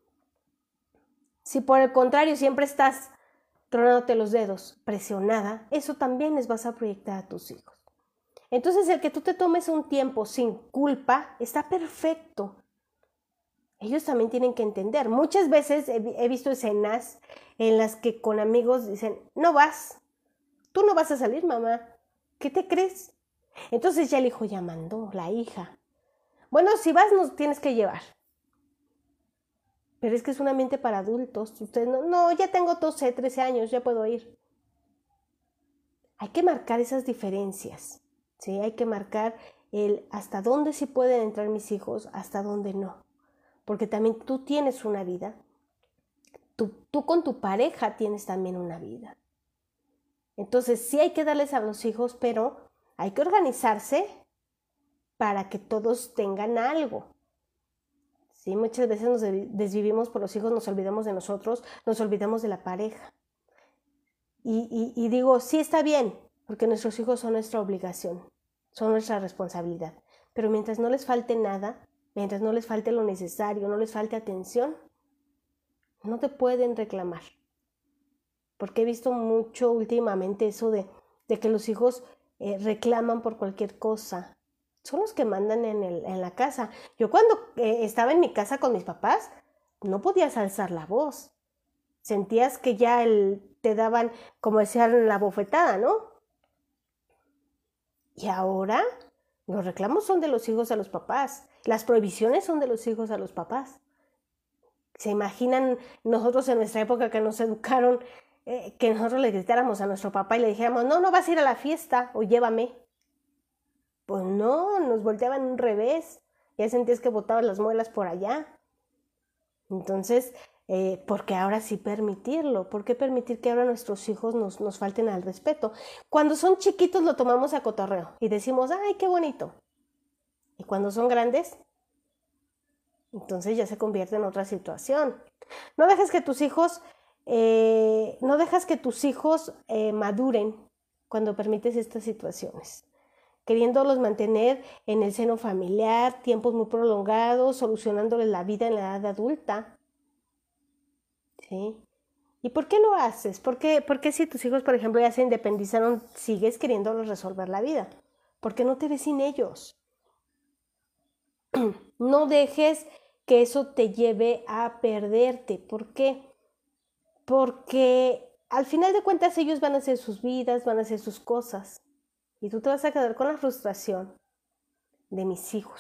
Si por el contrario siempre estás tronándote los dedos, presionada, eso también les vas a proyectar a tus hijos. Entonces el que tú te tomes un tiempo sin culpa está perfecto. Ellos también tienen que entender. Muchas veces he visto escenas en las que con amigos dicen, no vas, tú no vas a salir, mamá, ¿qué te crees? Entonces ya el hijo ya mandó, la hija. Bueno, si vas nos tienes que llevar. Pero es que es un ambiente para adultos. Usted no, ya tengo 12, 13 años, ya puedo ir. Hay que marcar esas diferencias, ¿sí? Hay que marcar el hasta dónde sí pueden entrar mis hijos, hasta dónde no. Porque también tú tienes una vida. Tú con tu pareja tienes también una vida. Entonces sí hay que darles a los hijos, pero hay que organizarse para que todos tengan algo. Sí, muchas veces nos desvivimos por los hijos, nos olvidamos de nosotros, nos olvidamos de la pareja. Y digo, sí está bien, porque nuestros hijos son nuestra obligación, son nuestra responsabilidad. Pero mientras no les falte nada, mientras no les falte lo necesario, no les falte atención, no te pueden reclamar. Porque he visto mucho últimamente eso de que los hijos reclaman por cualquier cosa. Son los que mandan en la casa. Yo cuando estaba en mi casa con mis papás, no podías alzar la voz. Sentías que ya te daban, como decían, la bofetada, ¿no? Y ahora los reclamos son de los hijos a los papás. Las prohibiciones son de los hijos a los papás. ¿Se imaginan nosotros en nuestra época que nos educaron, que nosotros le gritáramos a nuestro papá y le dijéramos, no vas a ir a la fiesta o llévame? Pues no, nos volteaban un revés. Ya sentías que botaban las muelas por allá. Entonces, ¿por qué ahora sí permitirlo? ¿Por qué permitir que ahora nuestros hijos nos falten al respeto? Cuando son chiquitos lo tomamos a cotorreo y decimos, ¡ay, qué bonito! Y cuando son grandes, entonces ya se convierte en otra situación. No dejes que tus hijos, maduren cuando permites estas situaciones, queriéndolos mantener en el seno familiar, tiempos muy prolongados, solucionándoles la vida en la edad adulta. ¿Sí? ¿Y por qué lo haces? ¿Por qué si tus hijos, por ejemplo, ya se independizaron, sigues queriéndolos resolver la vida? ¿Por qué no te ves sin ellos? No dejes que eso te lleve a perderte. ¿Por qué? Porque al final de cuentas ellos van a hacer sus vidas, van a hacer sus cosas. Y tú te vas a quedar con la frustración de mis hijos.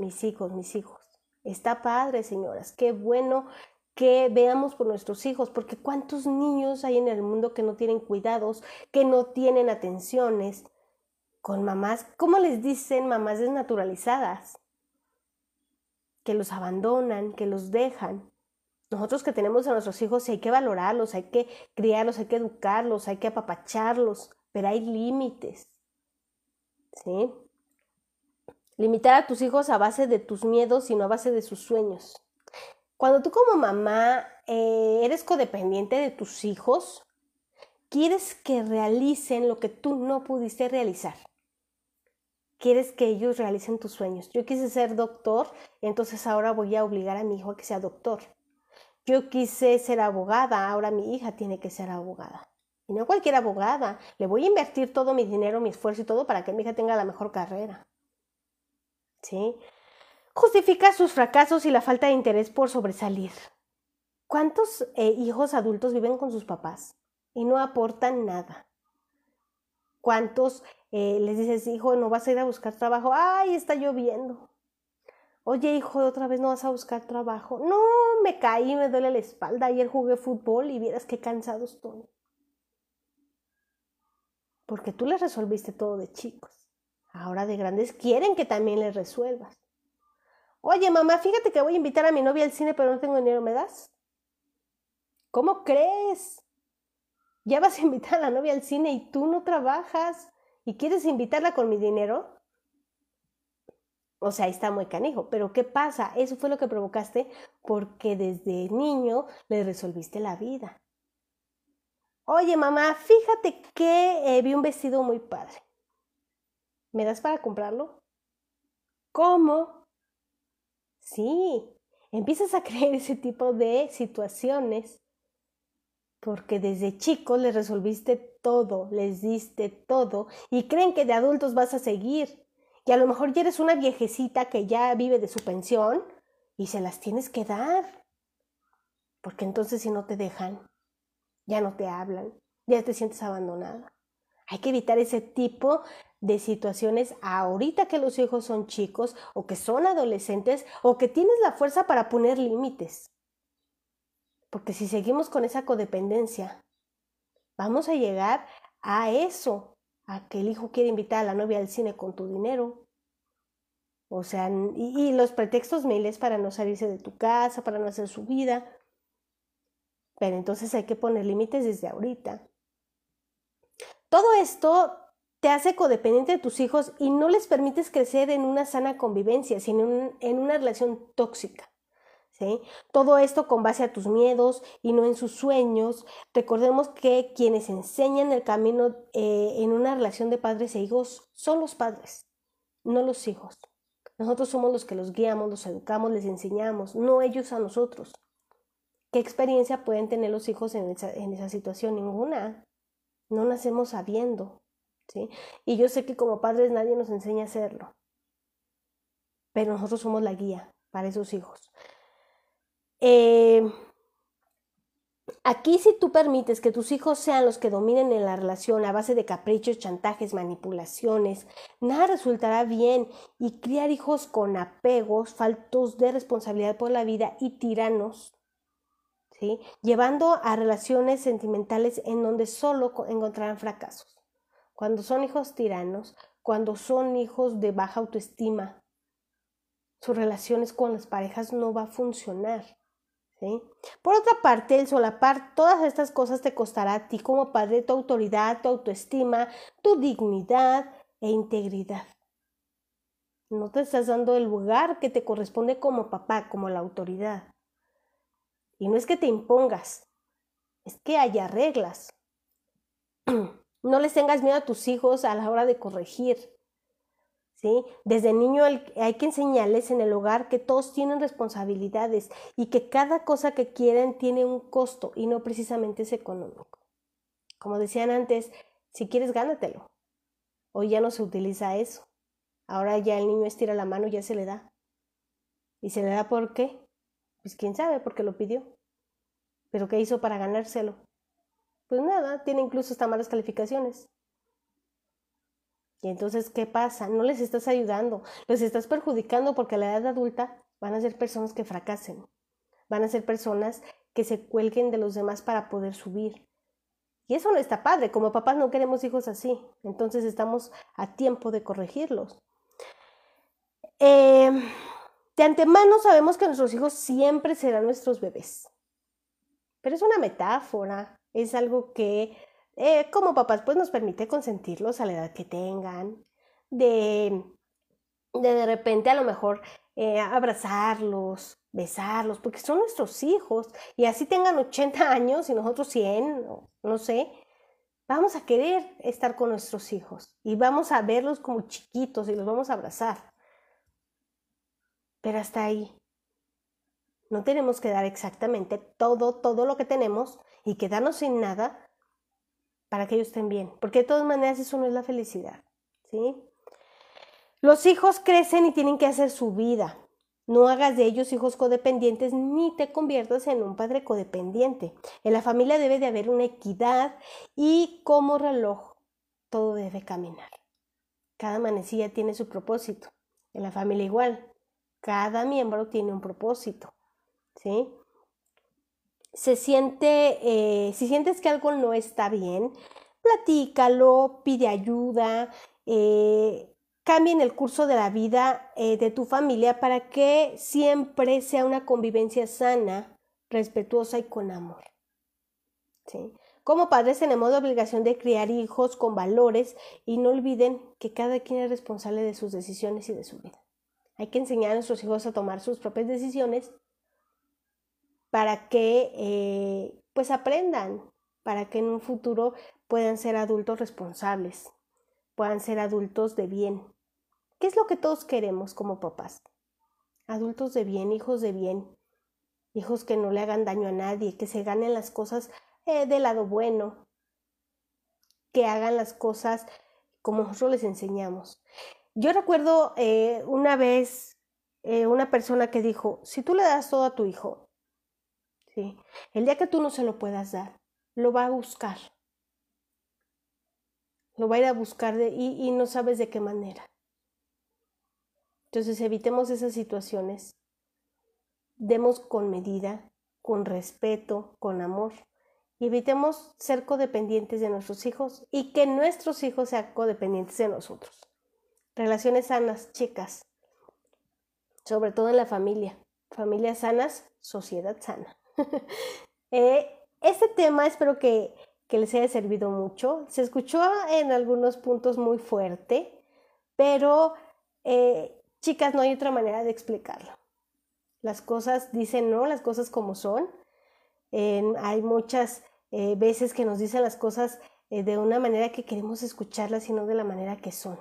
Está padre, señoras. Qué bueno que veamos por nuestros hijos, porque cuántos niños hay en el mundo que no tienen cuidados, que no tienen atenciones, con mamás, ¿cómo les dicen? Mamás desnaturalizadas, que los abandonan, que los dejan. Nosotros que tenemos a nuestros hijos hay que valorarlos, hay que criarlos, hay que educarlos, hay que apapacharlos, pero hay límites. ¿Sí? Limitar a tus hijos a base de tus miedos y no a base de sus sueños. Cuando tú como mamá eres codependiente de tus hijos, quieres que realicen lo que tú no pudiste realizar. Quieres que ellos realicen tus sueños. Yo quise ser doctor, entonces ahora voy a obligar a mi hijo a que sea doctor. Yo quise ser abogada, ahora mi hija tiene que ser abogada. Y no cualquier abogada. Le voy a invertir todo mi dinero, mi esfuerzo y todo para que mi hija tenga la mejor carrera. ¿Sí? Justifica sus fracasos y la falta de interés por sobresalir. ¿Cuántos hijos adultos viven con sus papás y no aportan nada? ¿Cuántos les dices, hijo, no vas a ir a buscar trabajo? ¡Ay, está lloviendo! Oye, hijo, otra vez no vas a buscar trabajo. No, me caí, me duele la espalda. Ayer jugué fútbol y vieras qué cansado estoy. Porque tú les resolviste todo de chicos. Ahora de grandes quieren que también les resuelvas. Oye, mamá, fíjate que voy a invitar a mi novia al cine, pero no tengo dinero, ¿me das? ¿Cómo crees? Ya vas a invitar a la novia al cine y tú no trabajas y quieres invitarla con mi dinero. O sea, ahí está muy canijo. Pero ¿qué pasa? Eso fue lo que provocaste porque desde niño le resolviste la vida. Oye, mamá, fíjate que vi un vestido muy padre. ¿Me das para comprarlo? ¿Cómo? Sí, empiezas a creer ese tipo de situaciones porque desde chicos les resolviste todo, les diste todo y creen que de adultos vas a seguir. Y a lo mejor ya eres una viejecita que ya vive de su pensión y se las tienes que dar. Porque entonces si no te dejan, ya no te hablan, ya te sientes abandonada. Hay que evitar ese tipo de situaciones ahorita que los hijos son chicos o que son adolescentes o que tienes la fuerza para poner límites. Porque si seguimos con esa codependencia, vamos a llegar a eso, a que el hijo quiere invitar a la novia al cine con tu dinero. O sea, y los pretextos miles para no salirse de tu casa, para no hacer su vida. Pero entonces hay que poner límites desde ahorita. Todo esto te hace codependiente de tus hijos y no les permites crecer en una sana convivencia, sino en una relación tóxica. ¿Sí? Todo esto con base a tus miedos y no en sus sueños. Recordemos que quienes enseñan el camino en una relación de padres e hijos son los padres, no los hijos. Nosotros somos los que los guiamos, los educamos, les enseñamos, no ellos a nosotros. ¿Qué experiencia pueden tener los hijos en esa situación? Ninguna. No nacemos sabiendo, ¿sí? Y yo sé que como padres nadie nos enseña a hacerlo, pero nosotros somos la guía para esos hijos. Aquí, si tú permites que tus hijos sean los que dominen en la relación a base de caprichos, chantajes, manipulaciones, nada resultará bien, y criar hijos con apegos, faltos de responsabilidad por la vida y tiranos, ¿sí? Llevando a relaciones sentimentales en donde solo encontrarán fracasos. Cuando son hijos tiranos, cuando son hijos de baja autoestima, sus relaciones con las parejas no va a funcionar. ¿Sí? Por otra parte, el solapar todas estas cosas te costará a ti como padre tu autoridad, tu autoestima, tu dignidad e integridad. No te estás dando el lugar que te corresponde como papá, como la autoridad. Y no es que te impongas, es que haya reglas. No les tengas miedo a tus hijos a la hora de corregir. ¿Sí? Desde niño hay que enseñarles en el hogar que todos tienen responsabilidades y que cada cosa que quieren tiene un costo y no precisamente es económico. Como decían antes, si quieres gánatelo. Hoy ya no se utiliza eso. Ahora ya el niño estira la mano y ya se le da. ¿Y se le da por qué? Pues quién sabe, porque lo pidió. ¿Pero qué hizo para ganárselo? Pues nada, tiene incluso hasta malas calificaciones. Y entonces, ¿qué pasa? No les estás ayudando, los estás perjudicando, porque a la edad adulta van a ser personas que fracasen, van a ser personas que se cuelguen de los demás para poder subir. Y eso no está padre, como papás no queremos hijos así, entonces estamos a tiempo de corregirlos. De antemano sabemos que nuestros hijos siempre serán nuestros bebés, pero es una metáfora, es algo que como papás pues nos permite consentirlos a la edad que tengan, de repente a lo mejor abrazarlos, besarlos, porque son nuestros hijos, y así tengan 80 años y nosotros 100, no sé, vamos a querer estar con nuestros hijos y vamos a verlos como chiquitos y los vamos a abrazar. Pero hasta ahí. No tenemos que dar exactamente todo lo que tenemos y quedarnos sin nada para que ellos estén bien, porque de todas maneras eso no es la felicidad, ¿sí? Los hijos crecen y tienen que hacer su vida. No hagas de ellos hijos codependientes ni te conviertas en un padre codependiente. En la familia debe de haber una equidad y como reloj todo debe caminar. Cada manecilla tiene su propósito. En la familia igual. Cada miembro tiene un propósito, ¿sí? Si sientes que algo no está bien, platícalo, pide ayuda, cambien el curso de la vida de tu familia para que siempre sea una convivencia sana, respetuosa y con amor. ¿Sí? Como padres tenemos la obligación de criar hijos con valores y no olviden que cada quien es responsable de sus decisiones y de su vida. Hay que enseñar a nuestros hijos a tomar sus propias decisiones para que pues aprendan, para que en un futuro puedan ser adultos responsables, puedan ser adultos de bien. ¿Qué es lo que todos queremos como papás? Adultos de bien, hijos que no le hagan daño a nadie, que se ganen las cosas del lado bueno, que hagan las cosas como nosotros les enseñamos. Yo recuerdo una vez una persona que dijo, si tú le das todo a tu hijo, ¿sí? El día que tú no se lo puedas dar, lo va a buscar. Lo va a ir a buscar y no sabes de qué manera. Entonces evitemos esas situaciones. Demos con medida, con respeto, con amor. Y evitemos ser codependientes de nuestros hijos y que nuestros hijos sean codependientes de nosotros. Relaciones sanas, chicas, sobre todo en la familia. Familias sanas, sociedad sana. Este tema espero que les haya servido mucho. Se escuchó en algunos puntos muy fuerte, pero chicas, no hay otra manera de explicarlo. Las cosas dicen no, las cosas como son. Hay muchas veces que nos dicen las cosas de una manera que queremos escucharlas y no de la manera que son.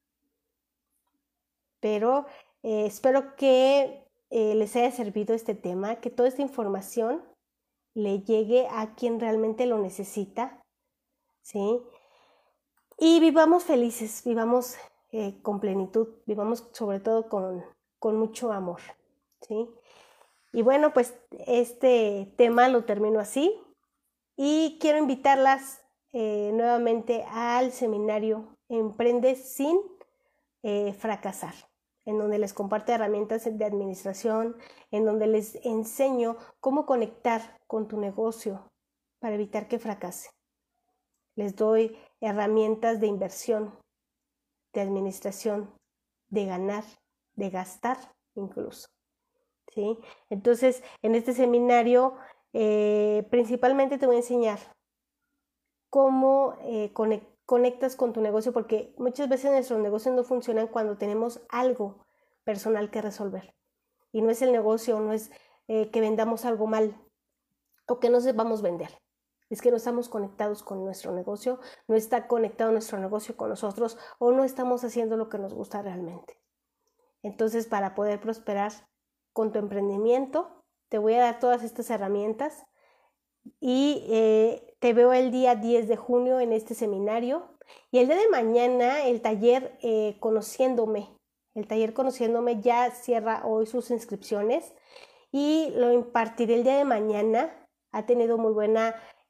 Pero espero que les haya servido este tema, que toda esta información le llegue a quien realmente lo necesita, ¿sí? Y vivamos felices, vivamos con plenitud, vivamos sobre todo con mucho amor, ¿sí? Y bueno, pues este tema lo termino así y quiero invitarlas nuevamente al seminario Emprende sin fracasar, en donde les comparto herramientas de administración, en donde les enseño cómo conectar con tu negocio para evitar que fracase. Les doy herramientas de inversión, de administración, de ganar, de gastar incluso, ¿sí? Entonces, en este seminario principalmente te voy a enseñar cómo conectas con tu negocio, porque muchas veces nuestros negocios no funcionan cuando tenemos algo personal que resolver. Y no es el negocio, no es que vendamos algo mal o que no sepamos vender. Es que no estamos conectados con nuestro negocio, no está conectado nuestro negocio con nosotros o no estamos haciendo lo que nos gusta realmente. Entonces, para poder prosperar con tu emprendimiento, te voy a dar todas estas herramientas y te veo el día 10 de junio en este seminario. Y el día de mañana el taller Conociéndome. El taller Conociéndome ya cierra hoy sus inscripciones y lo impartiré el día de mañana. Ha tenido muy buena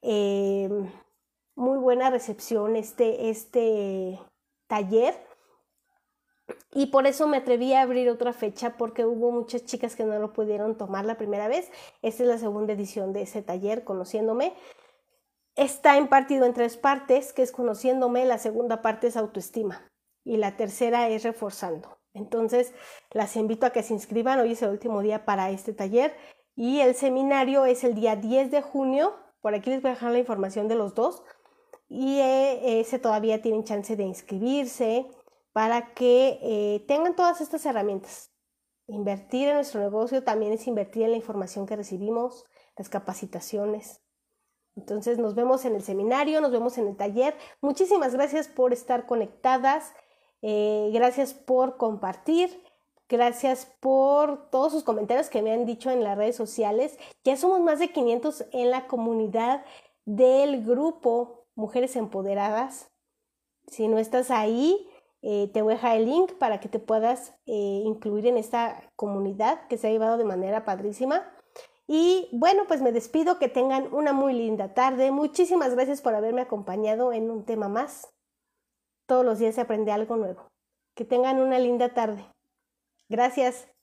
recepción este taller. Y por eso me atreví a abrir otra fecha, porque hubo muchas chicas que no lo pudieron tomar la primera vez. Esta es la segunda edición de ese taller, Conociéndome. Está impartido en 3 partes, que es Conociéndome, la segunda parte es Autoestima y la tercera es Reforzando. Entonces, las invito a que se inscriban. Hoy es el último día para este taller y el seminario es el día 10 de junio. Por aquí les voy a dejar la información de los dos y ese todavía tienen chance de inscribirse para que tengan todas estas herramientas. Invertir en nuestro negocio también es invertir en la información que recibimos, las capacitaciones. Entonces nos vemos en el seminario, nos vemos en el taller. Muchísimas gracias por estar conectadas, gracias por compartir, gracias por todos sus comentarios que me han dicho en las redes sociales. Ya somos más de 500 en la comunidad del grupo Mujeres Empoderadas. Si no estás ahí, te voy a dejar el link para que te puedas incluir en esta comunidad que se ha llevado de manera padrísima. Y bueno, pues me despido, que tengan una muy linda tarde. Muchísimas gracias por haberme acompañado en un tema más. Todos los días se aprende algo nuevo. Que tengan una linda tarde. Gracias.